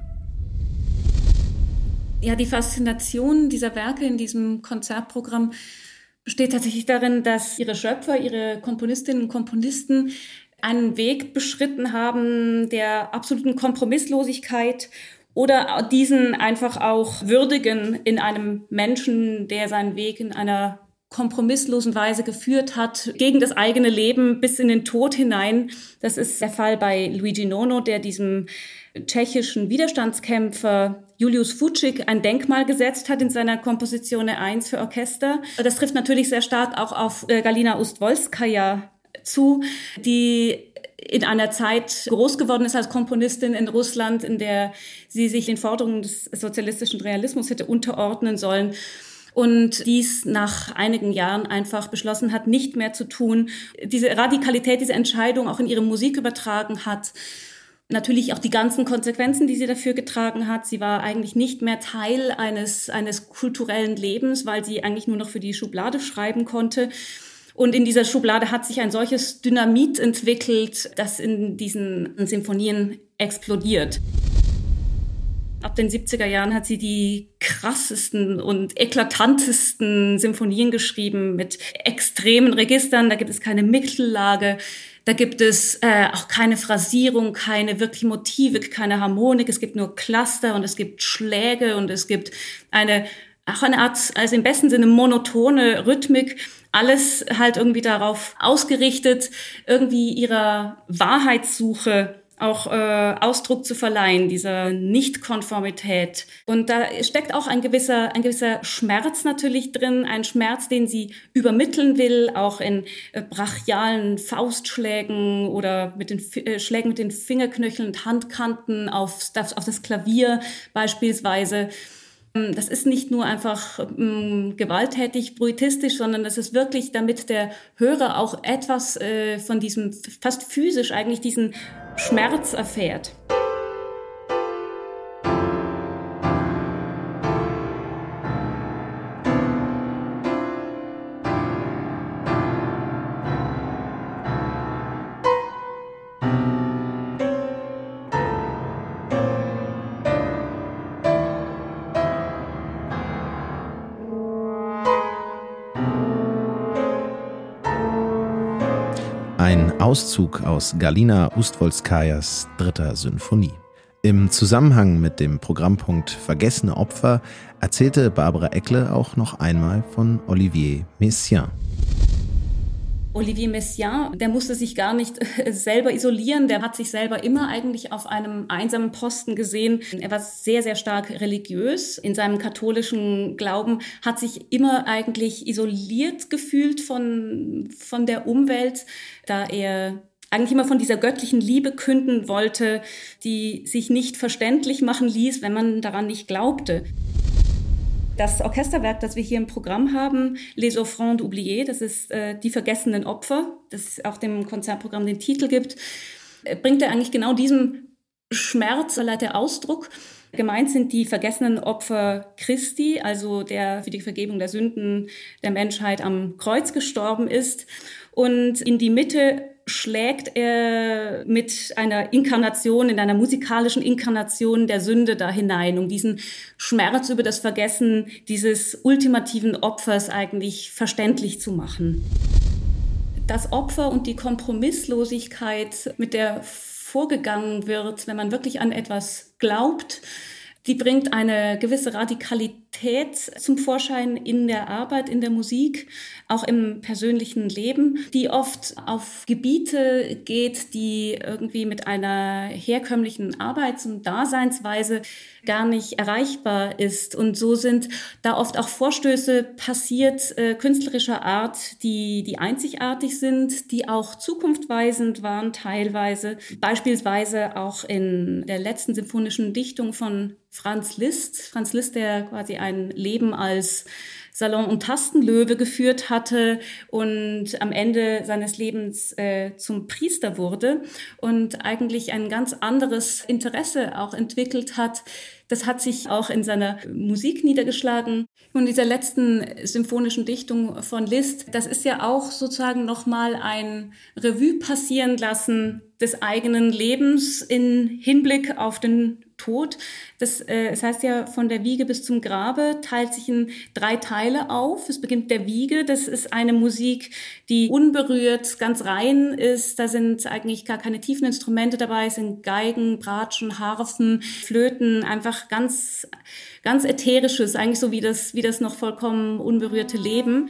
Ja, die Faszination dieser Werke in diesem Konzertprogramm besteht tatsächlich darin, dass ihre Schöpfer, ihre Komponistinnen und Komponisten einen Weg beschritten haben der absoluten Kompromisslosigkeit oder diesen einfach auch würdigen in einem Menschen, der seinen Weg in einer kompromisslosen Weise geführt hat, gegen das eigene Leben bis in den Tod hinein. Das ist der Fall bei Luigi Nono, der diesem tschechischen Widerstandskämpfer Julius Fučík ein Denkmal gesetzt hat in seiner Komposition 1 für Orchester. Das trifft natürlich sehr stark auch auf Galina Ustwolskaja zu, die in einer Zeit groß geworden ist als Komponistin in Russland, in der sie sich den Forderungen des sozialistischen Realismus hätte unterordnen sollen und dies nach einigen Jahren einfach beschlossen hat, nicht mehr zu tun. Diese Radikalität, diese Entscheidung auch in ihre Musik übertragen hat. Natürlich auch die ganzen Konsequenzen, die sie dafür getragen hat. Sie war eigentlich nicht mehr Teil eines kulturellen Lebens, weil sie eigentlich nur noch für die Schublade schreiben konnte. Und in dieser Schublade hat sich ein solches Dynamit entwickelt, das in diesen Symphonien explodiert. Ab den 70er Jahren hat sie die krassesten und eklatantesten Symphonien geschrieben mit extremen Registern. Da gibt es keine Mittellage, da gibt es auch keine Phrasierung, keine wirkliche Motivik, keine Harmonik. Es gibt nur Cluster und es gibt Schläge und es gibt eine Art, also im besten Sinne monotone Rhythmik. Alles halt irgendwie darauf ausgerichtet, irgendwie ihrer Wahrheitssuche auch Ausdruck zu verleihen, dieser Nichtkonformität. Und da steckt auch ein gewisser Schmerz natürlich drin, ein Schmerz, den sie übermitteln will, auch in brachialen Faustschlägen oder mit den Schlägen mit den Fingerknöcheln und Handkanten auf das Klavier beispielsweise. Das ist nicht nur einfach gewalttätig, bruitistisch, sondern das ist wirklich, damit der Hörer auch etwas von diesem, fast physisch eigentlich diesen Schmerz erfährt. Ein Auszug aus Galina Ustwolskajas 3. Sinfonie. Im Zusammenhang mit dem Programmpunkt Vergessene Opfer erzählte Barbara Ekle auch noch einmal von Olivier Messiaen. Olivier Messiaen, der musste sich gar nicht selber isolieren, der hat sich selber immer eigentlich auf einem einsamen Posten gesehen. Er war sehr, sehr stark religiös in seinem katholischen Glauben, hat sich immer eigentlich isoliert gefühlt von der Umwelt, da er eigentlich immer von dieser göttlichen Liebe künden wollte, die sich nicht verständlich machen ließ, wenn man daran nicht glaubte. Das Orchesterwerk, das wir hier im Programm haben, Les Offrandes oubliées, das ist die vergessenen Opfer, das auch dem Konzertprogramm den Titel gibt, bringt er eigentlich genau diesem Schmerz der Ausdruck. Gemeint sind die vergessenen Opfer Christi, also der für die Vergebung der Sünden der Menschheit am Kreuz gestorben ist. Und in die Mitte schlägt er mit einer Inkarnation, in einer musikalischen Inkarnation der Sünde da hinein, um diesen Schmerz über das Vergessen dieses ultimativen Opfers eigentlich verständlich zu machen. Das Opfer und die Kompromisslosigkeit, mit der vorgegangen wird, wenn man wirklich an etwas glaubt, die bringt eine gewisse Radikalität zum Vorschein in der Arbeit, in der Musik, auch im persönlichen Leben, die oft auf Gebiete geht, die irgendwie mit einer herkömmlichen Arbeits- und Daseinsweise gar nicht erreichbar ist. Und so sind da oft auch Vorstöße passiert, künstlerischer Art, die einzigartig sind, die auch zukunftsweisend waren teilweise. Beispielsweise auch in der letzten symphonischen Dichtung von Franz Liszt. Franz Liszt, der quasi ein Leben als Salon- und Tastenlöwe geführt hatte und am Ende seines Lebens zum Priester wurde und eigentlich ein ganz anderes Interesse auch entwickelt hat. Das hat sich auch in seiner Musik niedergeschlagen. Und dieser letzten symphonischen Dichtung von Liszt, das ist ja auch sozusagen nochmal ein Revue passieren lassen des eigenen Lebens in Hinblick auf den Tod. Es heißt ja, von der Wiege bis zum Grabe teilt sich in 3 Teile auf. Es beginnt der Wiege. Das ist eine Musik, die unberührt, ganz rein ist. Da sind eigentlich gar keine tiefen Instrumente dabei. Es sind Geigen, Bratschen, Harfen, Flöten, einfach ganz, ganz ätherisches, eigentlich so wie das noch vollkommen unberührte Leben.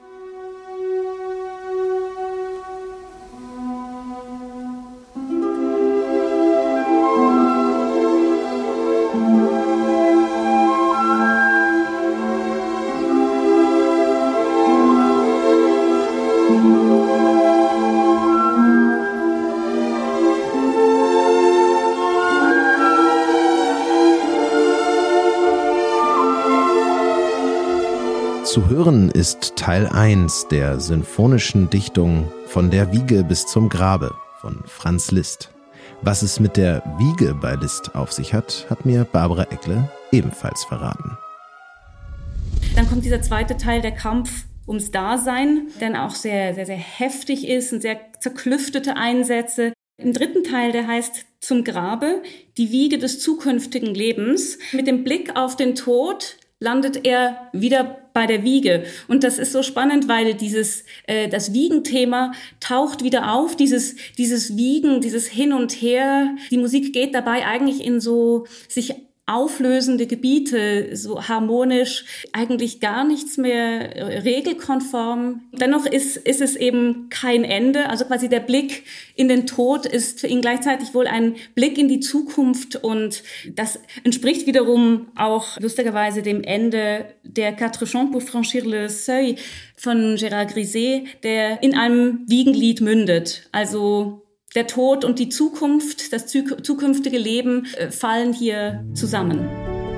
Zu hören ist Teil 1 der sinfonischen Dichtung Von der Wiege bis zum Grabe von Franz Liszt. Was es mit der Wiege bei Liszt auf sich hat, hat mir Barbara Ekle ebenfalls verraten. Dann kommt dieser zweite Teil, der Kampf ums Dasein, der auch sehr, sehr, sehr heftig ist und sehr zerklüftete Einsätze. Im dritten Teil, der heißt Zum Grabe, die Wiege des zukünftigen Lebens. Mit dem Blick auf den Tod landet er wieder bei der Wiege. Und das ist so spannend, weil das Wiegenthema taucht wieder auf, dieses Wiegen, dieses Hin und Her. Die Musik geht dabei eigentlich in so sich auflösende Gebiete, so harmonisch, eigentlich gar nichts mehr regelkonform. Dennoch ist es eben kein Ende. Also quasi der Blick in den Tod ist für ihn gleichzeitig wohl ein Blick in die Zukunft, und das entspricht wiederum auch lustigerweise dem Ende der Quatre Chants pour franchir le seuil von Gérard Griset, der in einem Wiegenlied mündet. Also der Tod und die Zukunft, das zukünftige Leben fallen hier zusammen.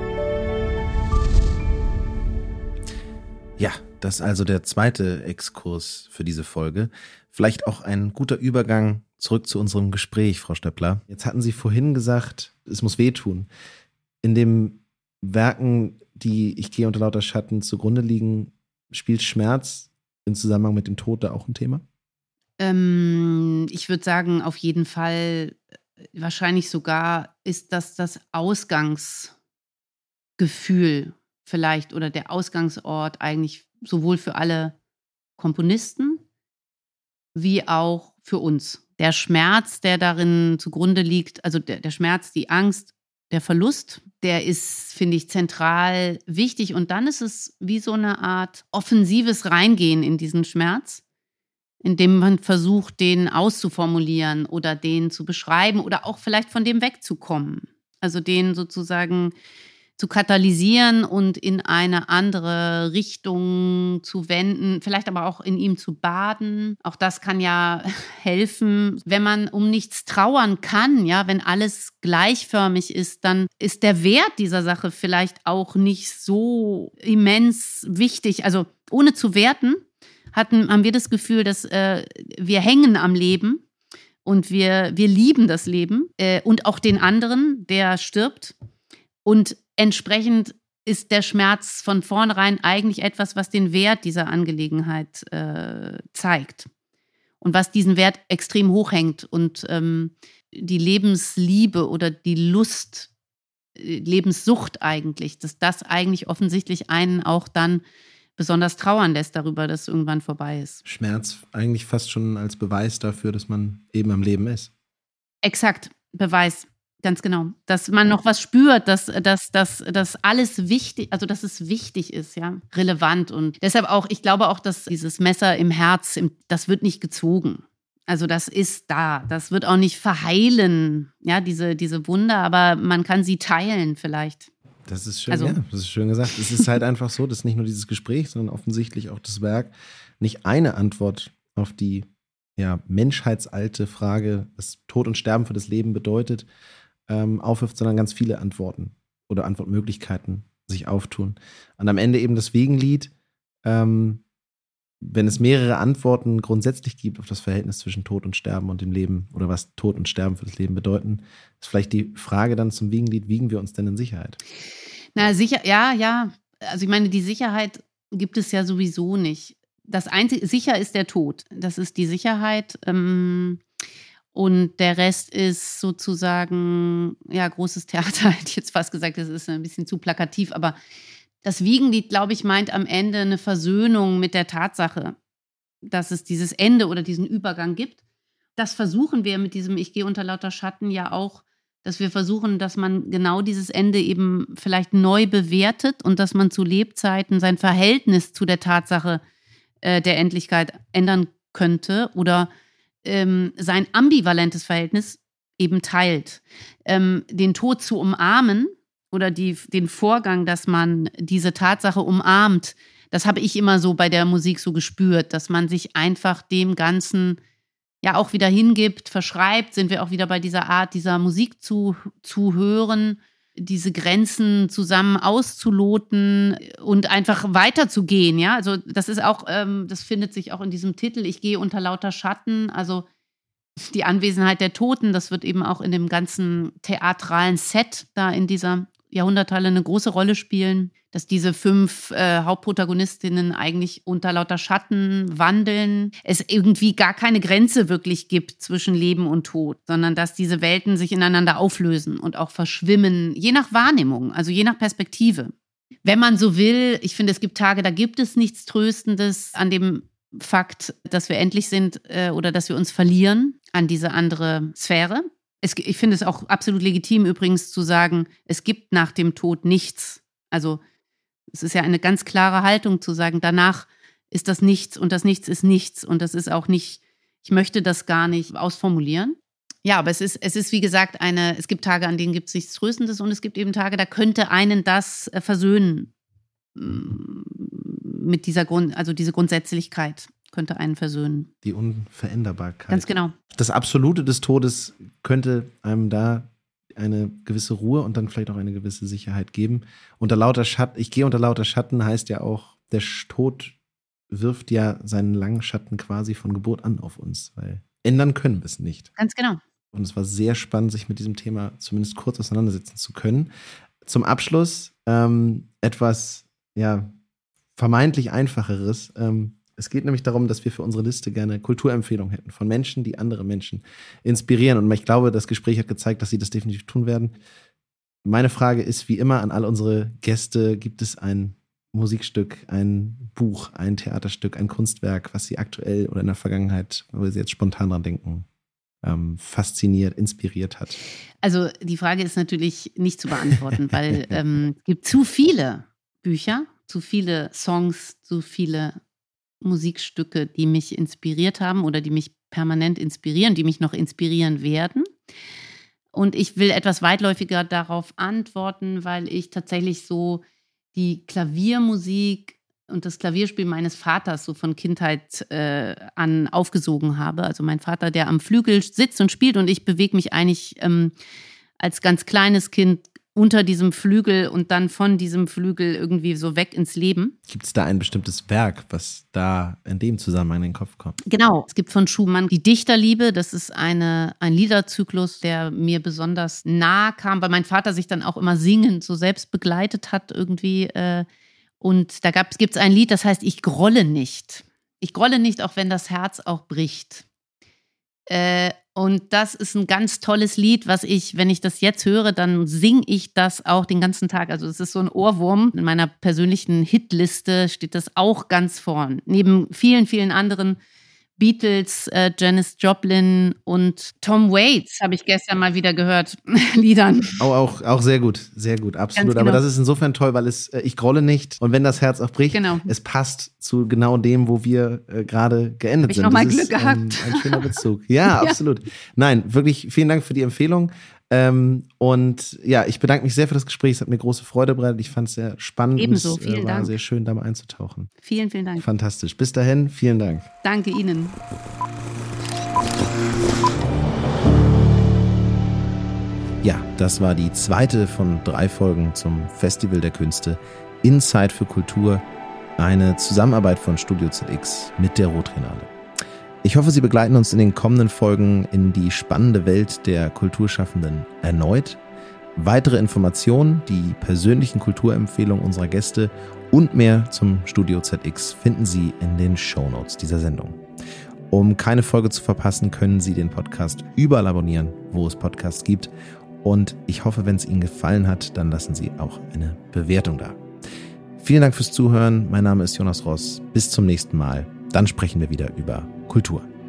Ja, das ist also der zweite Exkurs für diese Folge. Vielleicht auch ein guter Übergang zurück zu unserem Gespräch, Frau Steppler. Jetzt hatten Sie vorhin gesagt, es muss wehtun. In den Werken, die Ich gehe unter lauter Schatten zugrunde liegen, spielt Schmerz im Zusammenhang mit dem Tod da auch ein Thema? Ich würde sagen, auf jeden Fall, wahrscheinlich sogar ist das Ausgangsgefühl vielleicht oder der Ausgangsort eigentlich sowohl für alle Komponisten wie auch für uns. Der Schmerz, der darin zugrunde liegt, also der Schmerz, die Angst, der Verlust, der ist, finde ich, zentral wichtig. Und dann ist es wie so eine Art offensives Reingehen in diesen Schmerz, indem man versucht, den auszuformulieren oder den zu beschreiben oder auch vielleicht von dem wegzukommen. Also den sozusagen zu katalysieren und in eine andere Richtung zu wenden, vielleicht aber auch in ihm zu baden. Auch das kann ja helfen. Wenn man um nichts trauern kann, ja, wenn alles gleichförmig ist, dann ist der Wert dieser Sache vielleicht auch nicht so immens wichtig. Also ohne zu werten, haben wir das Gefühl, dass wir hängen am Leben und wir lieben das Leben und auch den anderen, der stirbt. Und entsprechend ist der Schmerz von vornherein eigentlich etwas, was den Wert dieser Angelegenheit zeigt und was diesen Wert extrem hochhängt. Und die Lebensliebe oder die Lust, Lebenssucht eigentlich, dass das eigentlich offensichtlich einen auch dann besonders trauern lässt darüber, dass es irgendwann vorbei ist. Schmerz eigentlich fast schon als Beweis dafür, dass man eben am Leben ist. Exakt, Beweis, ganz genau. Dass man noch was spürt, dass alles wichtig, also dass es wichtig ist, ja, relevant. Und deshalb auch, ich glaube auch, dass dieses Messer im Herz, das wird nicht gezogen. Also das ist da, das wird auch nicht verheilen, ja, diese Wunder, aber man kann sie teilen vielleicht. Das ist schön, ja, das ist schön gesagt. Es ist halt einfach so, dass nicht nur dieses Gespräch, sondern offensichtlich auch das Werk nicht eine Antwort auf die menschheitsalte Frage, was Tod und Sterben für das Leben bedeutet, aufwirft, sondern ganz viele Antworten oder Antwortmöglichkeiten sich auftun. Und am Ende eben das Wiegenlied, wenn es mehrere Antworten grundsätzlich gibt auf das Verhältnis zwischen Tod und Sterben und dem Leben oder was Tod und Sterben für das Leben bedeuten, ist vielleicht die Frage dann zum Wiegenlied, wiegen wir uns denn in Sicherheit? Na sicher, ja. Also ich meine, die Sicherheit gibt es ja sowieso nicht. Das einzige, sicher ist der Tod. Das ist die Sicherheit. Und der Rest ist sozusagen, ja, großes Theater, hätte ich jetzt fast gesagt, das ist ein bisschen zu plakativ, aber das Wiegenlied, glaube ich, meint am Ende eine Versöhnung mit der Tatsache, dass es dieses Ende oder diesen Übergang gibt. Das versuchen wir mit diesem Ich gehe unter lauter Schatten ja auch, dass wir versuchen, dass man genau dieses Ende eben vielleicht neu bewertet und dass man zu Lebzeiten sein Verhältnis zu der Tatsache der Endlichkeit ändern könnte oder sein ambivalentes Verhältnis eben teilt. Den Tod zu umarmen oder den Vorgang, dass man diese Tatsache umarmt, das habe ich immer so bei der Musik so gespürt, dass man sich einfach dem Ganzen ja auch wieder hingibt, verschreibt, sind wir auch wieder bei dieser Art, dieser Musik zu hören, diese Grenzen zusammen auszuloten und einfach weiterzugehen, ja. Also das ist auch, das findet sich auch in diesem Titel, Ich gehe unter lauter Schatten, also die Anwesenheit der Toten, das wird eben auch in dem ganzen theatralen Set da in dieser Jahrhunderthalle eine große Rolle spielen, dass diese 5 Hauptprotagonistinnen eigentlich unter lauter Schatten wandeln, es irgendwie gar keine Grenze wirklich gibt zwischen Leben und Tod, sondern dass diese Welten sich ineinander auflösen und auch verschwimmen, je nach Wahrnehmung, also je nach Perspektive. Wenn man so will, ich finde, es gibt Tage, da gibt es nichts Tröstendes an dem Fakt, dass wir endlich sind oder dass wir uns verlieren an diese andere Sphäre. Ich finde es auch absolut legitim übrigens zu sagen, es gibt nach dem Tod nichts. Also es ist ja eine ganz klare Haltung zu sagen, danach ist das Nichts und das Nichts ist nichts und das ist auch nicht, ich möchte das gar nicht ausformulieren. Ja, aber es ist wie gesagt es gibt Tage, an denen gibt es nichts Tröstendes und es gibt eben Tage, da könnte einen das versöhnen mit dieser diese Grundsätzlichkeit könnte einen versöhnen. Die Unveränderbarkeit. Ganz genau. Das Absolute des Todes könnte einem da eine gewisse Ruhe und dann vielleicht auch eine gewisse Sicherheit geben. Ich gehe unter lauter Schatten heißt ja auch, der Tod wirft ja seinen langen Schatten quasi von Geburt an auf uns, weil ändern können wir es nicht. Ganz genau. Und es war sehr spannend, sich mit diesem Thema zumindest kurz auseinandersetzen zu können. Zum Abschluss etwas vermeintlich Einfacheres. Es geht nämlich darum, dass wir für unsere Liste gerne Kulturempfehlungen hätten von Menschen, die andere Menschen inspirieren. Und ich glaube, das Gespräch hat gezeigt, dass sie das definitiv tun werden. Meine Frage ist wie immer an all unsere Gäste, gibt es ein Musikstück, ein Buch, ein Theaterstück, ein Kunstwerk, was sie aktuell oder in der Vergangenheit, wo sie jetzt spontan dran denken, fasziniert, inspiriert hat? Also die Frage ist natürlich nicht zu beantworten, weil es gibt zu viele Bücher, zu viele Songs, zu viele Musikstücke, die mich inspiriert haben oder die mich permanent inspirieren, die mich noch inspirieren werden. Und ich will etwas weitläufiger darauf antworten, weil ich tatsächlich so die Klaviermusik und das Klavierspiel meines Vaters so von Kindheit an aufgesogen habe. Also mein Vater, der am Flügel sitzt und spielt und ich bewege mich eigentlich als ganz kleines Kind unter diesem Flügel und dann von diesem Flügel irgendwie so weg ins Leben. Gibt es da ein bestimmtes Werk, was da in dem Zusammenhang in den Kopf kommt? Genau, es gibt von Schumann die Dichterliebe. Das ist ein Liederzyklus, der mir besonders nahe kam, weil mein Vater sich dann auch immer singend so selbst begleitet hat irgendwie. Und da gibt es ein Lied, das heißt, ich grolle nicht. Ich grolle nicht, auch wenn das Herz auch bricht. Und das ist ein ganz tolles Lied, wenn ich das jetzt höre, dann singe ich das auch den ganzen Tag. Also es ist so ein Ohrwurm. In meiner persönlichen Hitliste steht das auch ganz vorn. Neben vielen, vielen anderen Beatles, Janis Joplin und Tom Waits habe ich gestern mal wieder gehört, Liedern. Auch sehr gut, absolut. Genau. Aber das ist insofern toll, weil ich grolle nicht und wenn das Herz auch bricht, es passt zu genau dem, wo wir gerade geendet sind. Hab ich nochmal Glück gehabt. Ein schöner Bezug. Ja, absolut. Nein, wirklich vielen Dank für die Empfehlung. Und ja, ich bedanke mich sehr für das Gespräch. Es hat mir große Freude bereitet. Ich fand es sehr spannend. Ebenso, und vielen war Dank. Sehr schön, da mal einzutauchen. Vielen, vielen Dank. Fantastisch. Bis dahin, vielen Dank. Danke Ihnen. Ja, das war die zweite von 3 Folgen zum Festival der Künste Insight für Kultur, eine Zusammenarbeit von Studio ZX mit der Rottriennale. Ich hoffe, Sie begleiten uns in den kommenden Folgen in die spannende Welt der Kulturschaffenden erneut. Weitere Informationen, die persönlichen Kulturempfehlungen unserer Gäste und mehr zum Studio ZX finden Sie in den Shownotes dieser Sendung. Um keine Folge zu verpassen, können Sie den Podcast überall abonnieren, wo es Podcasts gibt. Und ich hoffe, wenn es Ihnen gefallen hat, dann lassen Sie auch eine Bewertung da. Vielen Dank fürs Zuhören. Mein Name ist Jonas Ross. Bis zum nächsten Mal. Dann sprechen wir wieder über Kultur.